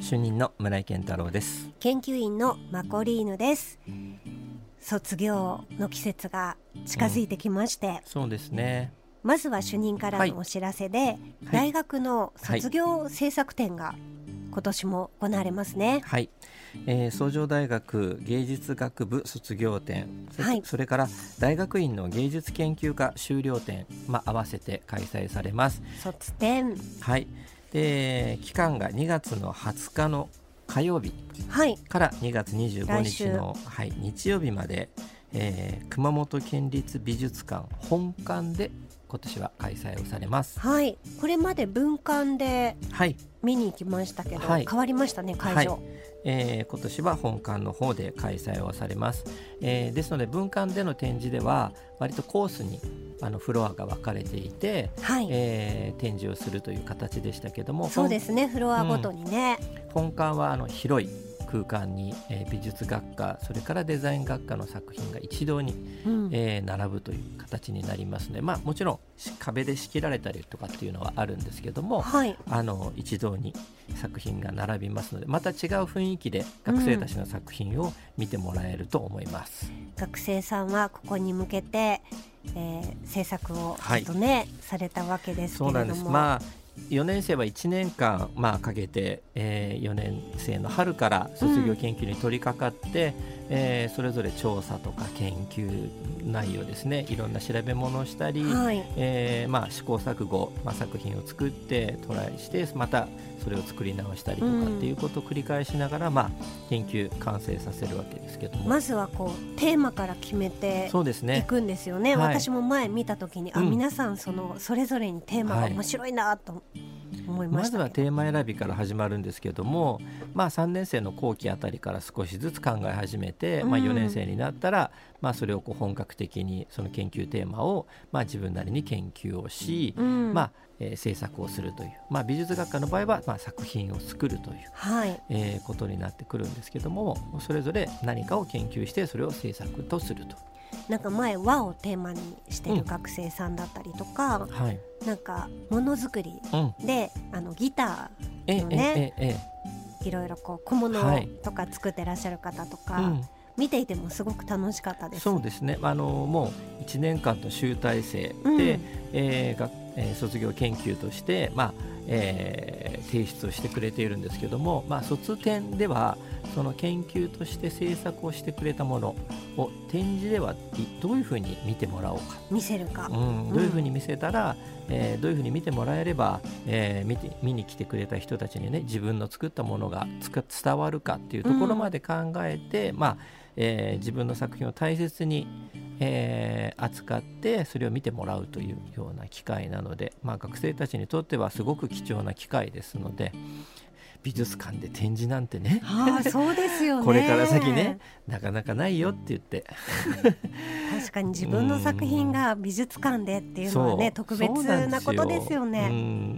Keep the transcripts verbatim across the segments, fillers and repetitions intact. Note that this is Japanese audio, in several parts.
主任の村井健太郎です。 研究員のマコリーヌです。卒業の季節が近づいてきまして、うん、 そうですね。 まずは主任からのお知らせで、はい、大学の卒業制作展が今年も行われますね。 はい、えー、崇城大学芸術学部卒業展、はい、それから大学院の芸術研究科修了展、まあ、合わせて開催されます。 卒展、 はい、で期間がにがつのはつかの火曜日からにがつにじゅうごにちの、はい、日曜日まで、えー、熊本県立美術館本館で今年は開催をされます。 はい、これまで文館で見に行きましたけど、はい、変わりましたね、会場。はい、 えー、今年は本館の方で開催をされます。えー、ですので文館での展示では割とコースにあのフロアが分かれていて、はい、えー、展示をするという形でしたけども、 そうですね、フロアごとにね、 うん、本館はあの広い空間に、えー、美術学科それからデザイン学科の作品が一堂に、うん、えー、並ぶという形になりますので、まあ、もちろん壁で仕切られたりとかっていうのはあるんですけども、はい、あの一堂に作品が並びますので、また違う雰囲気で学生たちの作品を見てもらえると思います。 うん、学生さんはここに向けて、えー、制作をちょっとね、はい、されたわけですけれども、 そうなんです。まあよねん生はいちねんかん、まあ、かけて、えー、よねん生の春から卒業研究に取り掛かって、うん、えー、それぞれ調査とか研究内容ですね、いろんな調べ物をしたり、はい、えーまあ、試行錯誤、まあ、作品を作ってトライしてまたそれを作り直したりとかっていうことを繰り返しながら、うん、まあ、研究完成させるわけですけども、 まずはこうテーマから決めていくんですよね。はい、私も前見た時に、あ、うん、皆さんそのそれぞれにテーマが面白いなと思いました。 まずはテーマ選びから始まるんですけども、まあ、さんねん生の後期あたりから少しずつ考え始めて、まあ、よねん生になったら、まあ、それをこう本格的にその研究テーマを、まあ、自分なりに研究をし、うん、まあえー、制作をするという、まあ、美術学科の場合は、まあ、作品を作るという、はい、えー、ことになってくるんですけども、それぞれ何かを研究してそれを制作とすると。 なんか前和をテーマにしてる学生さんだったりとか、うん、はい、なんかものづくりで、うん、あのギターのね、ええええ、いろいろこう小物とか作ってらっしゃる方とか、はい、うん、見ていてもすごく楽しかったです。 そうですね、あのもういちねんかんの集大成で、うん、えーがえー、卒業研究として、まあえー、提出をしてくれているんですけども、まあ、卒展ではその研究として制作をしてくれたものを展示ではどういうふうに見てもらおうか、 見せるか、 うん、どういうふうに見せたら、うん、えー、どういうふうに見てもらえれば、えー、見て見に来てくれた人たちにね、自分の作ったものが伝わるかっていうところまで考えて、うん、まあえー、自分の作品を大切に、えー、扱ってそれを見てもらうというような機会なので、まあ、学生たちにとってはすごく貴重な機会ですので、美術館で展示なんてね、 あ、そうですよねこれから先ね、なかなかないよって言って確かに自分の作品が美術館でっていうのはね、特別なことですよね。 うん、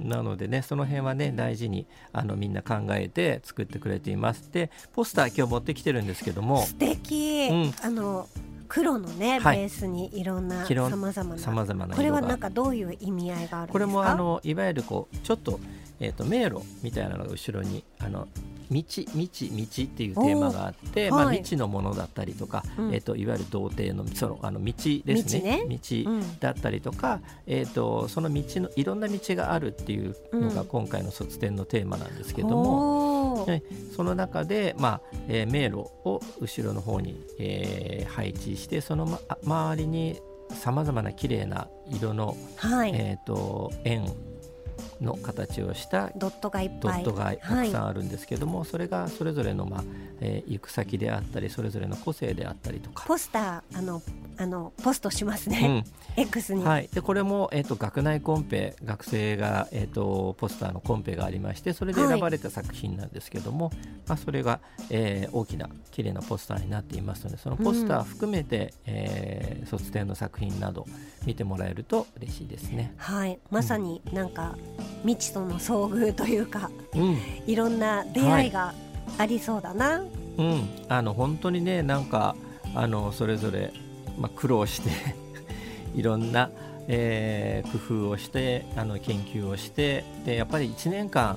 なのでね、その辺はね大事にあのみんな考えて作ってくれています。でポスター今日持ってきてるんですけども、 素敵、うん、あの黒のね、はい、ベースにいろんなさまざまな様々な色が、 これはなんかどういう意味合いがあるんですか？ これもあのいわゆるこうちょっとえー、と迷路みたいなのが後ろにあの道道道っていうテーマがあって、まあ、未知のものだったりとか、うん、えー、といわゆる童貞の、そのあの道ですね、道だったりとか、うん、えー、とその道のいろんな道があるっていうのが今回の卒展のテーマなんですけども、うん、その中で、まあえー、迷路を後ろの方に、えー、配置して、その、ま、周りにさまざまな綺麗な色の、はい、えー、と円の形をしたドットがいっぱいドットがたくさんあるんですけども、はい、それがそれぞれの、まあえー、行く先であったりそれぞれの個性であったりとか、 ポスターあのあのポストしますね、うん、X に、 はい、でこれも、えー、と学内コンペ、学生が、えー、とポスターのコンペがありまして、それで選ばれた作品なんですけども、はい、まあ、それが、えー、大きな綺麗なポスターになっていますので、そのポスター含めて、うん、えー、卒展の作品など見てもらえると嬉しいですね。 はい、まさになんか、うん、未知との遭遇というか、うん、いろんな出会いがありそうだな、はい、 うん、あの本当にね、なんかあのそれぞれ、まあ、苦労していろんな、えー、工夫をしてあの研究をして、でやっぱりいちねんかん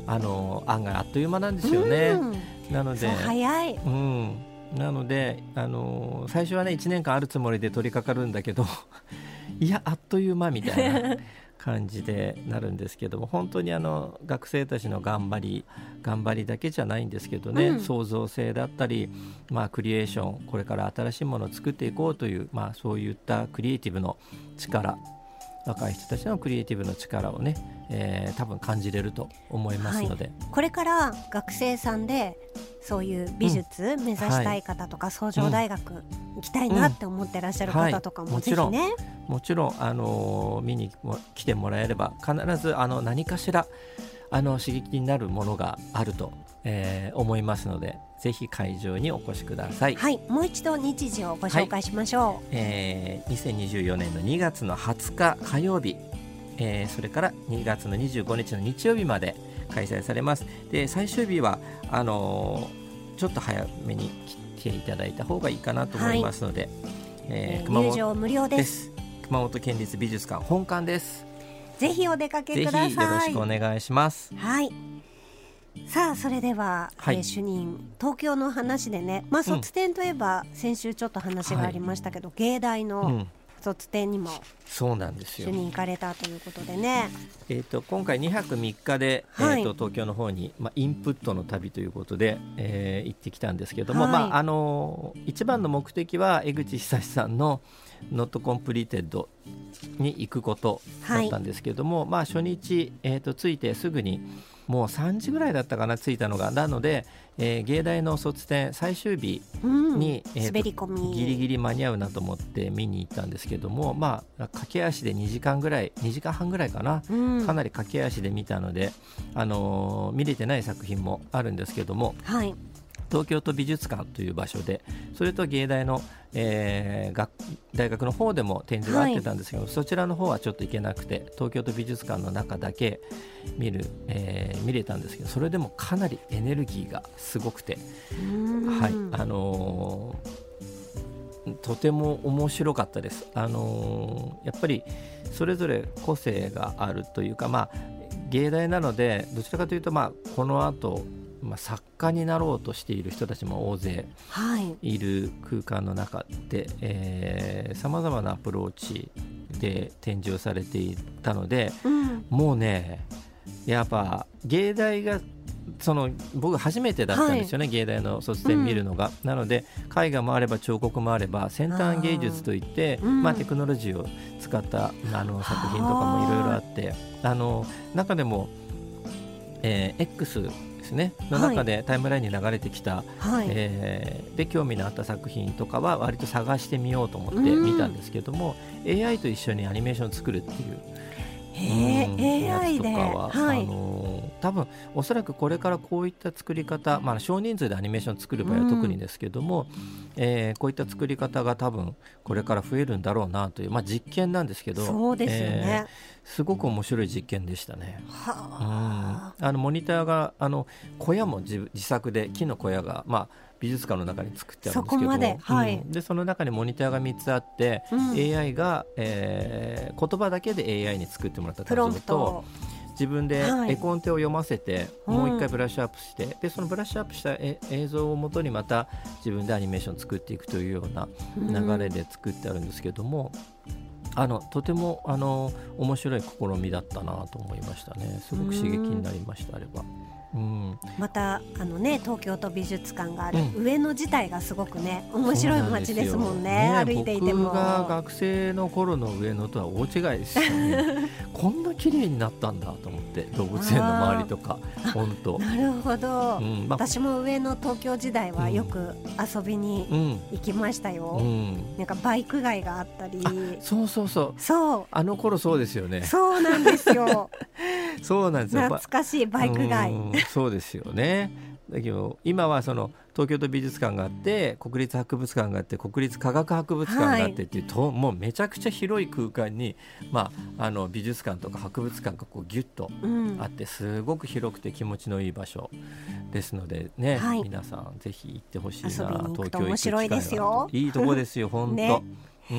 あの案外あっという間なんですよね。なので早い、 うん、なのであの最初はねいちねんかんあるつもりで取り掛かるんだけどいやあっという間みたいな感じでなるんですけども、本当にあの学生たちの頑張り頑張りだけじゃないんですけどね、うん、創造性だったり、まあ、クリエーション、これから新しいものを作っていこうという、まあ、そういったクリエイティブの力、若い人たちのクリエイティブの力をね、えー、多分感じれると思いますので、はい、 これから学生さんでそういう美術目指したい方とか、うん、創造大学行きたいなって思ってらっしゃる方とかも、うん、ぜひね、 もちろん、あのー、見に来てもらえれば必ずあの何かしらあの刺激になるものがあると、えー、思いますので、ぜひ会場にお越しください。 はい、もう一度日時をご紹介しましょう。はい、 えー、にせんにじゅうよねんのにがつのはつか火曜日、えー、それからにがつのにじゅうごにちの日曜日まで開催されます。で、最終日はあのー、ちょっと早めに来ていただいた方がいいかなと思いますので、はい、 えー、熊本入場無料です。 熊本県立美術館本館です。 ぜひお出かけください。 ぜひよろしくお願いします。 はい、さあそれでは、はい、えー、主任東京の話でね、まあ、卒展といえば、うん、先週ちょっと話がありましたけど、はい、芸大の卒展にもそうなんですよ、 主任行かれたということでね、 えー、と今回にはくみっかで、はい、えー、と東京の方に、まあ、インプットの旅ということで、えー、行ってきたんですけども、はい、まああのー、一番の目的は江口久志さんの Not Completed に行くことだったんですけども、はい、まあ、初日、えー、と着いてすぐにもうさんじぐらいだったかな、着いたのが。なので、えー、芸大の卒展最終日に、うん、えー、 滑り込みギリギリ間に合うなと思って見に行ったんですけども、まあ、駆け足でにじかんぐらいにじかんはんぐらいかな、うん、かなり駆け足で見たので、あのー、見れてない作品もあるんですけども、 はい、 東京都美術館という場所で、それと芸大の、えー、学大学の方でも展示があってたんですけど、はい、そちらの方はちょっと行けなくて、東京都美術館の中だけ見る、えー、見れたんですけど、それでもかなりエネルギーがすごくて、はい、あのー、とても面白かったです。あのー、やっぱりそれぞれ個性があるというか、まあ、芸大なのでどちらかというと、まあ、この後まあ、作家になろうとしている人たちも大勢いる空間の中でさまざまなアプローチで展示をされていたので、うん、もうねやっぱ芸大がその僕初めてだったんですよね、はい、芸大の卒展見るのが、うん、なので絵画もあれば彫刻もあれば先端芸術といって、まあ、テクノロジーを使ったあの作品とかもいろいろあって、あの中でも、えー、Xね、の中でタイムラインに流れてきた、はい、えー、で興味のあった作品とかは割と探してみようと思って見たんですけども、エーアイ と一緒にアニメーションを作るっていう、 えーうん、エーアイ で、 は、はい、あのー、多分おそらくこれからこういった作り方、まあ、少人数でアニメーションを作る場合は特にですけども、うん、えー、こういった作り方が多分これから増えるんだろうなという、まあ、実験なんですけど、 そうですよね、えーすごく面白い実験でしたね。 はうん、あのモニターがあの小屋も 自, 自作で木の小屋が、まあ、美術館の中に作ってあるんですけど、 そこまで、はい、 うん、でその中にモニターがみっつあって、うん、エーアイ が、えー、言葉だけで エーアイ に作ってもらった画像と自分で絵コンテを読ませて、はい、もう一回ブラッシュアップして、うん、でそのブラッシュアップした映像をもとにまた自分でアニメーションを作っていくというような流れで作ってあるんですけども、うん、あのとてもあの面白い試みだったなと思いましたね。すごく刺激になりました。あれば、うん、 またあの、ね、東京都美術館がある上野自体がすごくね、うん、面白い街ですもん ね, ね歩いていても。 僕が学生の頃の上野とは大違いですよねこんな綺麗になったんだと思って、動物園の周りとか本当。 なるほど、うんまあ、私も上野東京時代はよく遊びに行きましたよ、うんうん、なんかバイク街があったり。 そうそうそうそう、 あの頃そうですよね。 そうなんですよそうなんですよ、 懐かしいバイク街。 そうですよね。だけど今はその東京都美術館があって国立博物館があって国立科学博物館があってっていうと、はい、もうめちゃくちゃ広い空間に、まあ、あの美術館とか博物館がこうギュッとあって、すごく広くて気持ちのいい場所ですのでね、はい、皆さんぜひ行ってほしいな。 遊びに行くと面白いですよ。 いいとこですよ本当、ね、うん、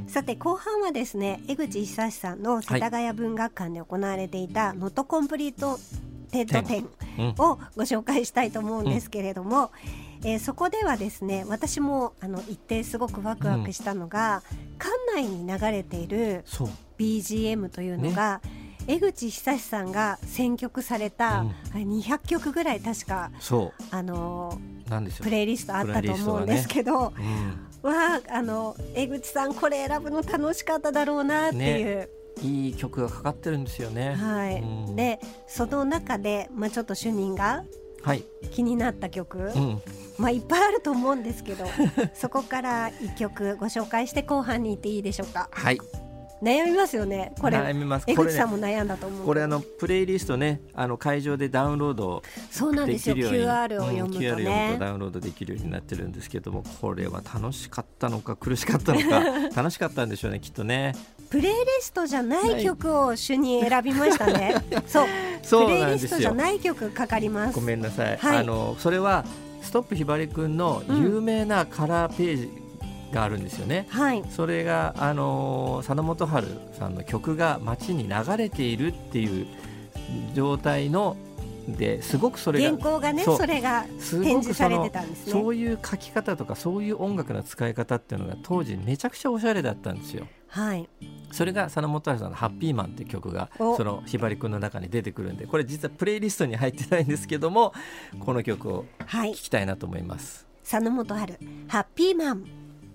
さて後半はですね、江口久志さんの世田谷文学館で行われていた、はい、ノットコンプリートテッド展をご紹介したいと思うんですけれども、うん、えー、そこではですね、私もあの行ってすごくワクワクしたのが、うん、館内に流れている ビージーエム というのが、ね、江口久志さんが選曲された、うん、あれにひゃっきょくぐらい確かあのなんですよ、プレイリストあったと思うんですけど、ね、うん、わあ、あの江口さんこれ選ぶの楽しかっただろうなっていう、ね、 いい曲がかかってるんですよね。 はい、うん、でその中で、まあ、ちょっと主任が気になった曲、はい、うん、まあ、いっぱいあると思うんですけどそこからいっきょくご紹介して後半に行っていいでしょうか。 はい、 悩みますよねこれ。 悩みます。 江口さんも悩んだと思う。 これあのプレイリストね、あの会場でダウンロードそうなんですよ、キューアール を読むとね、うん、キューアール 読むとダウンロードできるようになってるんですけども、これは楽しかったのか苦しかったのか楽しかったんでしょうね、きっとね。 プレイリストじゃない曲を主に選びましたねそうそうプレイリストじゃない曲かかります。 ごめんなさい、はい、あのそれはストップひばりくんの有名なカラーページがあるんですよね、うん、はい、それがあの佐野元春さんの曲が街に流れているっていう状態のですごくそれが原稿がね、 そ, それが展示されてたんですね。 そういう書き方とかそういう音楽の使い方っていうのが当時めちゃくちゃおしゃれだったんですよ。 はい、 それが佐野元春さんのハッピーマンっていう曲がそのひばりくんの中に出てくるんで、これ実はプレイリストに入ってないんですけども、この曲を聴きたいなと思います、 はい、佐野元春ハッピーマン。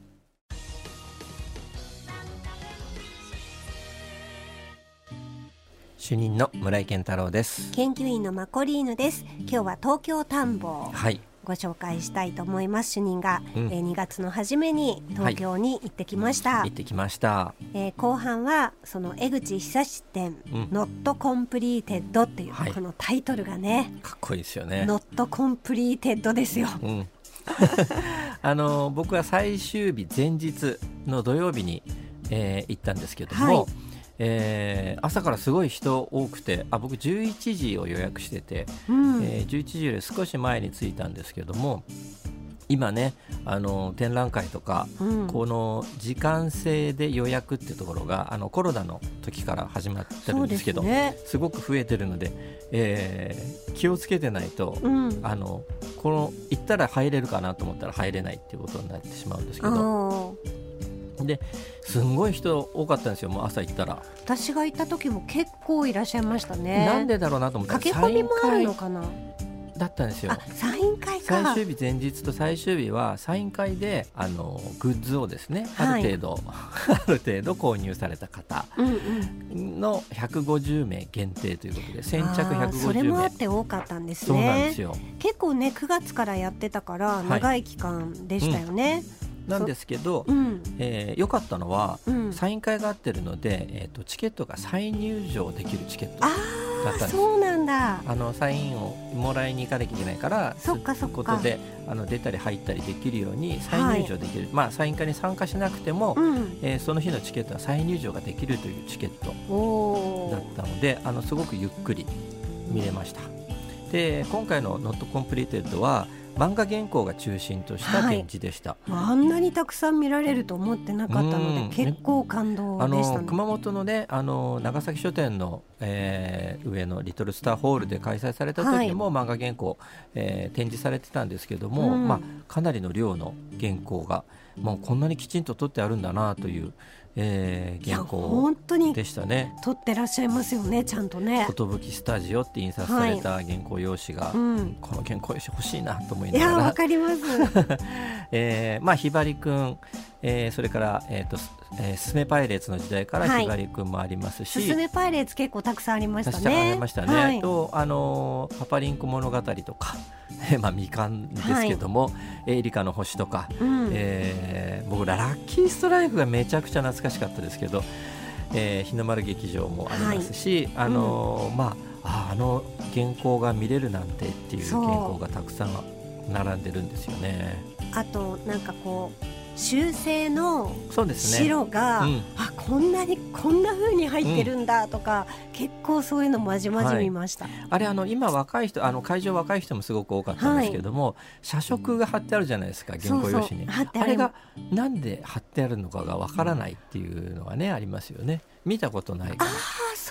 主任の村井健太郎です。 研究員のマコリーヌです。今日は東京田んぼ、 はい、 ご紹介したいと思います。主任が、うん、えー、にがつの初めに東京に行ってきました、 はい、行ってきました、 えー、後半はその江口久志展、うん、Not Completed っていう、はい、このタイトルがねかっこいいですよね。 Not Completed ですよ、うん、 あの僕は最終日前日の土曜日に、えー、行ったんですけども、はい、えー、朝からすごい人多くて、あ僕じゅういちじを予約してて、うん、えー、じゅういちじより少し前に着いたんですけども、今ねあの展覧会とか、うん、この時間制で予約っていうところがあのコロナの時から始まってるんですけど、 す,、ね、すごく増えてるので、えー、気をつけてないと、うん、あのこの行ったら入れるかなと思ったら入れないっていうことになってしまうんですけど、ですんごい人多かったんですよ。もう朝行ったら私が行った時も結構いらっしゃいましたね。 なんでだろうなと思ったら駆け込みもあるのかなだったんですよ。 あ、サイン会か。 最終日前日と最終日はサイン会であのグッズをですね、はい、ある程度ある程度購入された方のひゃくごじゅうめい限定ということで、先着ひゃくごじゅうめい。 それもあって多かったんですね。 そうなんですよ。 結構ねくがつからやってたから長い期間でしたよね、はい、うんなんですけど、うん、えー、良かったのは、うん、サイン会があってるので、えーと、チケットが再入場できるチケットだったんです。 そうなんだ。 あのサインをもらいに行かなきゃいけないから、 そっかそっか、 そういうことであの出たり入ったりできるように再入場できる、はい、まあ、サイン会に参加しなくても、うん、えー、その日のチケットは再入場ができるというチケットだったので、あのすごくゆっくり見れました。で今回の Not Completed は漫画原稿が中心とした展示でした、 はい、あんなにたくさん見られると思ってなかったので結構感動でしたね。 あの熊本のねあの長崎書店の、えー、上のリトルスターホールで開催された時も漫画原稿、えー、展示されてたんですけども、うん、まあ、かなりの量の原稿がもうこんなにきちんと取ってあるんだなという、えー、原稿でしたね。 取ってらっしゃいますよね、ちゃんとね。 寿スタジオって印刷された原稿用紙が、はい、うん、この原稿用紙欲しいなと思いながら。いや、 わかります、 えーまあ、ひばりくん、えー、それから、えーとえー、スメパイレーツの時代からひばりくんもありますし、はい、 スメパイレーツ結構たくさんありましたね。たくさんありましたね、 はい、とあのパパリンコ物語とかまあ、未完ですけども、はい、エリカの星とか、うん、えー、僕らラッキーストライクがめちゃくちゃ懐かしかったですけど、えー、日の丸劇場もありますし、はい、あのーうん、まあ、あの原稿が見れるなんてっていう原稿がたくさん並んでるんですよね。 あとなんかこう修正の白が、ね、うん、あこんなにこんな風に入ってるんだとか、うん、結構そういうのまじまじ見ました、はい、 あれあの今若い人あの会場若い人もすごく多かったんですけども、はい、社食が貼ってあるじゃないですか、原稿用紙に。そうそう、あれがなんで貼ってあるのかがわからないっていうのがねありますよね。見たことないから。 あそ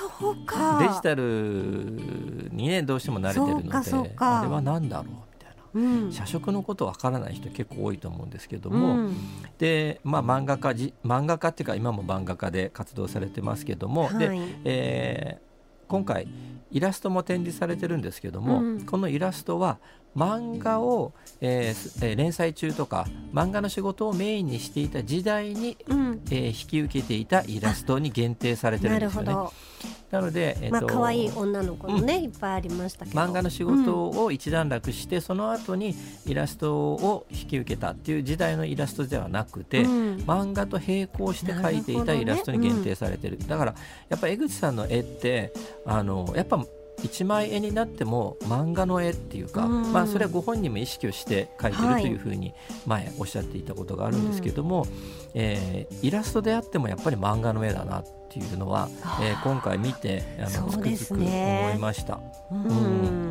そうか、 デジタルにねどうしても慣れてるので、 そうかそうか、 あれは何だろうみたいな、うん、写食のことわからない人結構多いと思うんですけども、うん、で、まあ、漫画家じ漫画家っていうか今も漫画家で活動されてますけども、はい、で、えー、今回イラストも展示されてるんですけども、うん、このイラストは漫画を、えー、連載中とか漫画の仕事をメインにしていた時代に、うんえー、引き受けていたイラストに限定されてるんですよね。なるほど。なので、えーとまあ、可愛い女の子もね、うん、いっぱいありましたけど、 漫画の仕事を一段落して、うん、その後にイラストを引き受けたっていう時代のイラストではなくて、うん、漫画と並行して描いていたイラストに限定されてる、ねうん、だからやっぱ江口さんの絵ってあのやっぱいちまい絵になっても漫画の絵っていうか、うんまあ、それはご本人も意識をして描いてるというふうに前おっしゃっていたことがあるんですけども、はいえー、イラストであってもやっぱり漫画の絵だなっていうのは、えー、今回見てあのつくづく思いました。うん、うん、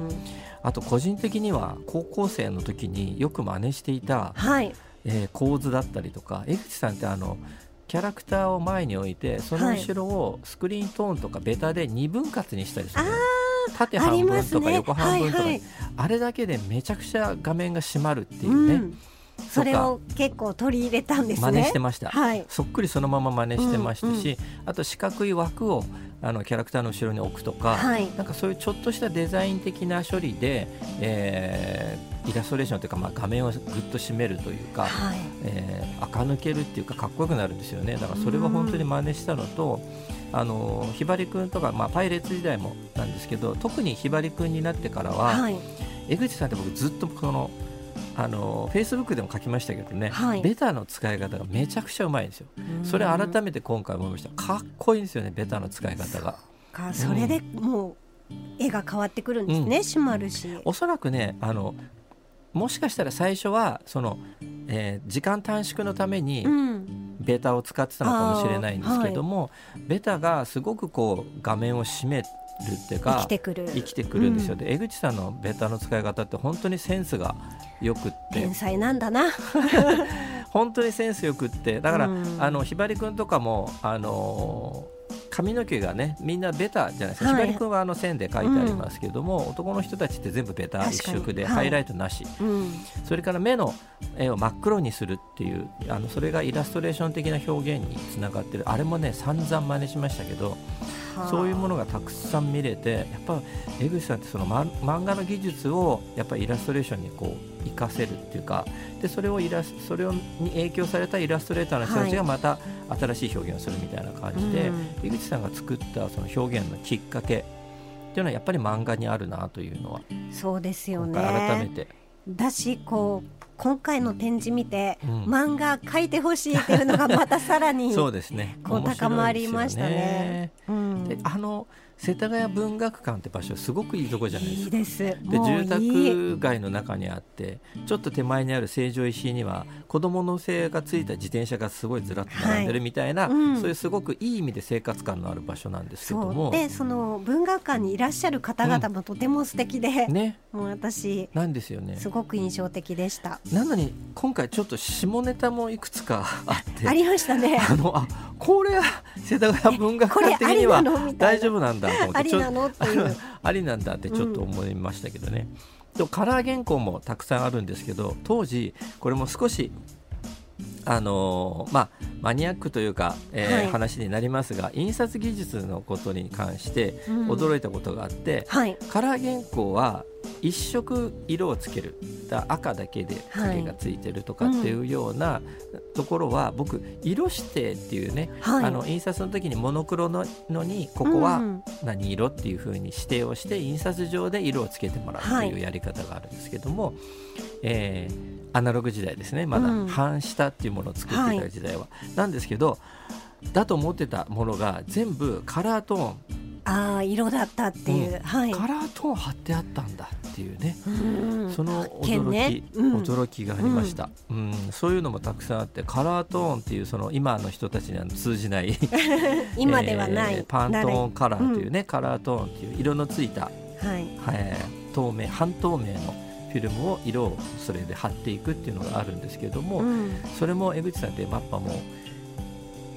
あと個人的には高校生の時によく真似していた、はいえー、構図だったりとか、江口さんってあのキャラクターを前に置いてその後ろをスクリーントーンとかベタでに分割にしたりする、はい縦半分とか横半分とか あ,、ねはいはい、あれだけでめちゃくちゃ画面が閉まるっていうね、うん、 それを結構取り入れたんですね。 真似してました、はい、そっくりそのまま真似してましたし、うんうん、あと四角い枠をあのキャラクターの後ろに置くとか、はい、なんかそういうちょっとしたデザイン的な処理で、えー、イラストレーションというか、まあ、画面をぐっと締めるというか、はいえー、垢抜けるっていうかかっこよくなるんですよね。だからそれは本当に真似したのと、あのひばりくんとか、まあ、パイレーツ時代もなんですけど、特にひばりくんになってからは、はい、江口さんって僕ずっとこのあのフェイスブックでも書きましたけどね、はい、ベタの使い方がめちゃくちゃうまいんですよ。それ改めて今回思いました。かっこいいんですよね、ベタの使い方が。 そかそれでもう絵が変わってくるんですね、うん、締まるし。 おそらくねあのもしかしたら最初はその、えー、時間短縮のためにベタを使ってたのかもしれないんですけども、はい、ベタがすごくこう画面を締めるっていうか生きてくる生きてくるんですよ、うん、で江口さんのベタの使い方って本当にセンスがよくって天才なんだな本当にセンスよくってだから、うん、あのひばりくんとかもあのー髪の毛がねみんなベタじゃないですか、はい、ひばりくんはあの線で描いてありますけども、うん、男の人たちって全部ベタ一色で、はい、ハイライトなし、うん、それから目の絵を真っ黒にするっていうあのそれがイラストレーション的な表現につながってる。あれもね散々真似しましたけど、そういうものがたくさん見れて、やっぱ江口さんってその、ま、漫画の技術をやっぱりイラストレーションにこう活かせるっていうか、でそれをイラスそれに影響されたイラストレーターの人たちがまた新しい表現をするみたいな感じで、はい、江口さんが作ったその表現のきっかけっていうのはやっぱり漫画にあるなというのはそうですよね。 今回改めてだしこう今回の展示見て、うん、漫画描いてほしいっていうのがまたさらにそうですね、 こう高まりましたね。 うん、であの世田谷文学館って場所すごくいいとこじゃないですか。 いいです。 で住宅街の中にあってちょっと手前にある成城石井には子供の背がついた自転車がすごいずらっと並んでるみたいな、はいうん、そういうすごくいい意味で生活感のある場所なんですけども、 そうでその文学館にいらっしゃる方々もとても素敵で、うんね、もう私なんですよね、 すごく印象的でした。 なのに今回ちょっと下ネタもいくつかあってありましたね。 あのあこれは世田谷文学館的には大丈夫なんだと思ってありなのっていうありなんだってちょっと思いましたけどね、うん、カラー原稿もたくさんあるんですけど、当時これも少しあのーまあ、マニアックというか、えーはい、話になりますが、印刷技術のことに関して驚いたことがあって、うんはい、カラー原稿は一色色をつける、だ赤だけで影がついてるとかっていうようなところは、うん、僕色指定っていうね、はい、あの印刷の時にモノクロののにここは何色っていう風に指定をして印刷上で色をつけてもらうというやり方があるんですけども、はいえーアナログ時代ですね、まだ版下っていうものを作っていた時代は、うんはい、なんですけどだと思ってたものが全部カラートーン、 あー色だったっていう、うんはい、 カラートーン貼ってあったんだっていうね、うん、その驚き、ねうん、驚きがありました、うんうん、そういうのもたくさんあって、カラートーンっていうその今の人たちには通じない今ではない、 えー、パントーンカラーというね、うん、カラートーンっていう色のついた、はいはい、透明半透明のフィルムを色をそれで貼っていくっていうのがあるんですけれども、うん、それも江口さんってやっぱもう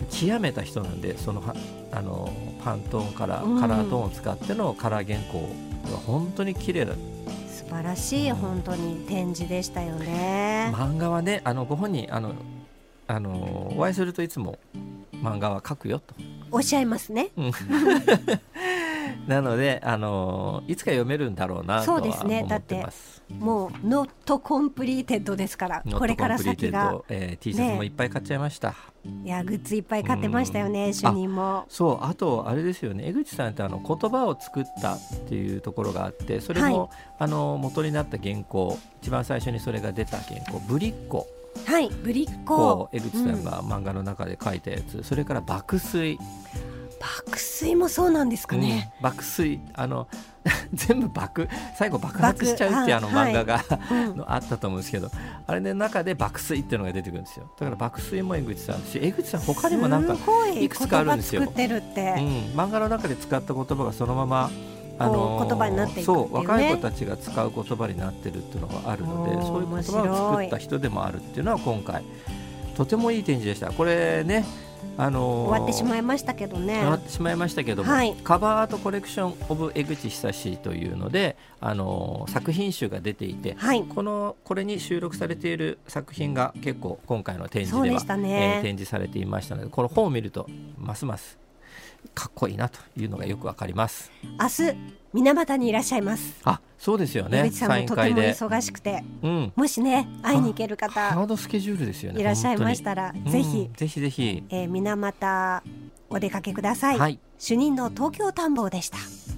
極めた人なんで、そのあのパントーンからカラートーンを使ってのカラー原稿が本当に綺麗だ。 素晴らしい、うん、本当に展示でしたよね。 漫画はね、あのご本人あのあのお会いするといつも漫画は描くよとおっしゃいますね。 なので、あのいつか読めるんだろうなとは思ってます。そうですね。だってもうノットコンプリーテッドですから、これから先が、 えー、T シャツもいっぱい買っちゃいました、ね、 いやグッズいっぱい買ってましたよね、主任も。 あそう、あとあれですよね、江口さんってあの言葉を作ったっていうところがあって、それも、はい、あの元になった原稿、一番最初にそれが出た原稿、ぶりっ子、 はい、ぶりっ子、 江口さんが漫画の中で書いたやつ、うん、それから爆睡、 爆睡もそうなんですかね、 うん、爆睡、あの全部爆最後爆発しちゃうっていうあの漫画が、はいうん、あったと思うんですけど、あれの中で爆睡っていうのが出てくるんですよ。だから爆睡も江口さんし、江口さん他にもなんかいくつかあるんですよ。 すごい言葉作ってるって、 うん、漫画の中で使った言葉がそのままあのー、言葉になっていくっていうね。 そう、若い子たちが使う言葉になってるっていうのがあるので、そういう言葉を作った人でもあるっていうのは今回とてもいい展示でした。これね、あのー、 終わってしまいましたけどね。 終わってしまいましたけども、はい、カバーアートコレクションオブ江口久志というので、あのー、作品集が出ていて、はい、このこれに収録されている作品が結構今回の展示ではで、ねえー、展示されていましたので、この本を見るとますますかっこいいなというのがよくわかります。 明日水俣にいらっしゃいます。 あ、そうですよね。 江口さんもとても忙しくて、うん、もしね会いに行ける方、 ハードスケジュールですよね。 いらっしゃいましたら、ぜひ、 うん、ぜひぜひ、 えー、水俣お出かけください。はい、主任の東京探訪でした。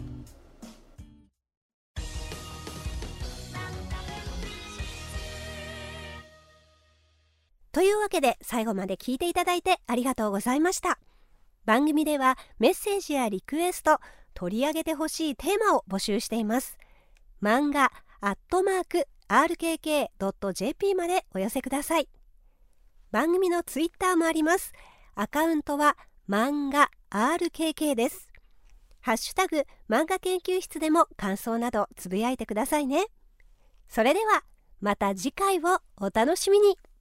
というわけで最後まで聞いていただいてありがとうございました。番組ではメッセージやリクエスト、取り上げてほしいテーマを募集しています。漫画アットマーク アールケーケードットジェーピー までお寄せください。番組のツイッターもあります。アカウントは漫画 アールケーケー です。ハッシュタグ漫画研究室でも感想などつぶやいてくださいね。それではまた次回をお楽しみに。